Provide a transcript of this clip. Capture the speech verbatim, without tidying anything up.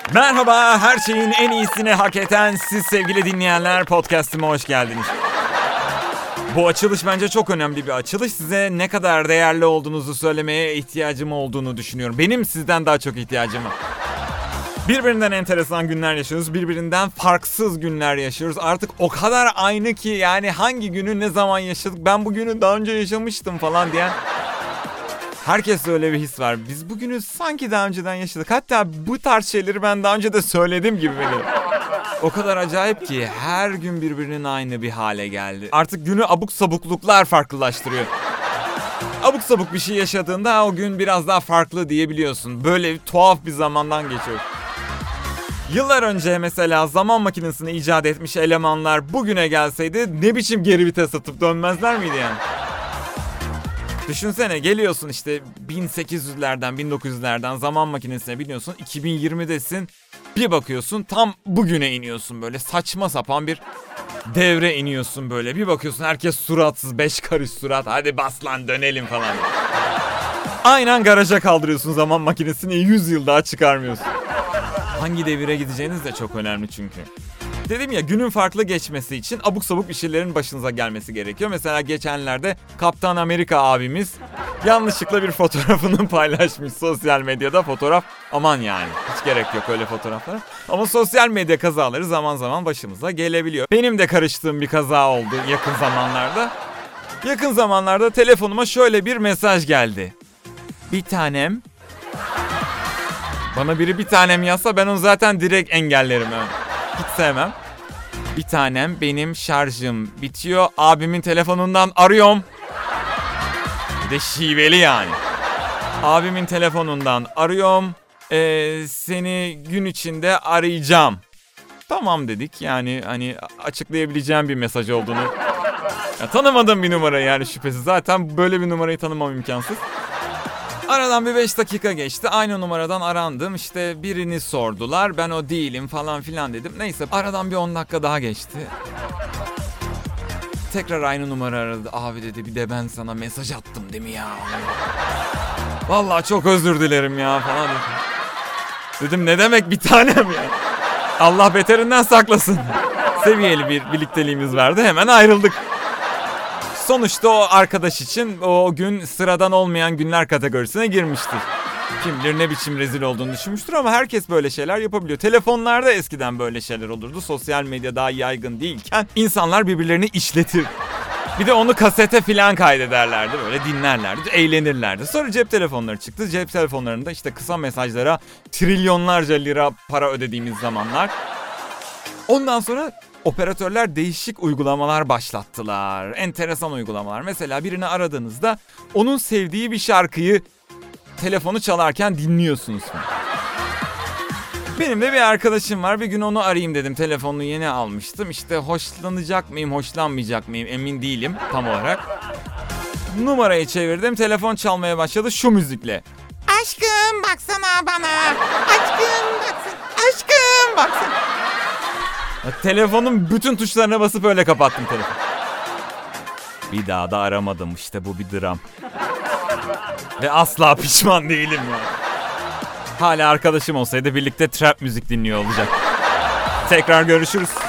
Merhaba, her şeyin en iyisini hak eden siz sevgili dinleyenler, podcast'ime hoş geldiniz. Bu açılış bence çok önemli bir açılış. Size ne kadar değerli olduğunuzu söylemeye ihtiyacım olduğunu düşünüyorum. Benim sizden daha çok ihtiyacım var. Birbirinden enteresan günler yaşıyoruz. Birbirinden farksız günler yaşıyoruz. Artık o kadar aynı ki yani hangi günü ne zaman yaşadık, ben bu günü daha önce yaşamıştım falan diyen herkeste öyle bir his var. Biz bugünü sanki daha önceden yaşadık. Hatta bu tarz şeyleri ben daha önce de söyledim gibi benim. O kadar acayip ki her gün birbirinin aynı bir hale geldi. Artık günü abuk sabukluklar farklılaştırıyor. Abuk sabuk bir şey yaşadığında o gün biraz daha farklı diyebiliyorsun. Böyle bir tuhaf bir zamandan geçiyor. Yıllar önce mesela zaman makinesini icat etmiş elemanlar bugüne gelseydi ne biçim geri vites atıp dönmezler miydi yani? Düşünsene, geliyorsun işte bin sekiz yüzlerden bin dokuz yüzlerden zaman makinesine biniyorsun, iki bin yirmidesin, bir bakıyorsun tam bugüne iniyorsun, böyle saçma sapan bir devre iniyorsun böyle, bir bakıyorsun herkes suratsız, beş karış surat, hadi bas lan dönelim falan. Aynen garaja kaldırıyorsun zaman makinesini, yüz yıl daha çıkarmıyorsun. Hangi devire gideceğiniz de çok önemli çünkü. Dedim ya, günün farklı geçmesi için abuk sabuk bir şeylerin başınıza gelmesi gerekiyor. Mesela geçenlerde Kaptan Amerika abimiz yanlışlıkla bir fotoğrafını paylaşmış sosyal medyada. Fotoğraf aman yani, hiç gerek yok öyle fotoğraflara. Ama sosyal medya kazaları zaman zaman başımıza gelebiliyor. Benim de karıştığım bir kaza oldu yakın zamanlarda. Yakın zamanlarda telefonuma şöyle bir mesaj geldi. Bir tanem. Bana biri bir tanem yazsa ben onu zaten direkt engellerim yani. Hiç sevmem. Bir tanem, benim şarjım bitiyor. Abimin telefonundan arıyorum. Bir de şiveli yani. Abimin telefonundan arıyorum. Ee, seni gün içinde arayacağım. Tamam dedik, yani hani açıklayabileceğim bir mesaj olduğunu. Ya, tanımadığım bir numara yani, şüphesiz. Zaten böyle bir numarayı tanımam imkansız. Aradan bir beş dakika geçti. Aynı numaradan arandım. İşte birini sordular. Ben o değilim falan filan dedim. Neyse, aradan bir on dakika daha geçti. Tekrar aynı numara aradı. Abi dedi, bir de ben sana mesaj attım değil mi ya? Vallahi çok özür dilerim ya falan dedim. Dedim ne demek bir tanem ya? Allah beterinden saklasın. Seviyeli bir birlikteliğimiz vardı. Hemen ayrıldık. Sonuçta o arkadaş için o gün sıradan olmayan günler kategorisine girmiştir. Kim bilir ne biçim rezil olduğunu düşünmüştür ama herkes böyle şeyler yapabiliyor. Telefonlarda eskiden böyle şeyler olurdu. Sosyal medya daha yaygın değilken insanlar birbirlerini işletir. Bir de onu kasete filan kaydederlerdi, böyle dinlerlerdi, eğlenirlerdi. Sonra cep telefonları çıktı. Cep telefonlarında işte kısa mesajlara trilyonlarca lira para ödediğimiz zamanlar. Ondan sonra operatörler değişik uygulamalar başlattılar. Enteresan uygulamalar. Mesela birini aradığınızda onun sevdiği bir şarkıyı telefonu çalarken dinliyorsunuz. Benim de bir arkadaşım var. Bir gün onu arayayım dedim. Telefonunu yeni almıştım. İşte hoşlanacak mıyım, hoşlanmayacak mıyım emin değilim tam olarak. Numarayı çevirdim. Telefon çalmaya başladı şu müzikle. Aşkım baksana bana. Aşkım baksana. Aşkım baksana. Telefonun bütün tuşlarına basıp öyle kapattım telefonu. Bir daha da aramadım, işte bu bir dram. Ve asla pişman değilim ya. Hala arkadaşım olsaydı birlikte trap müzik dinliyor olacak. Tekrar görüşürüz.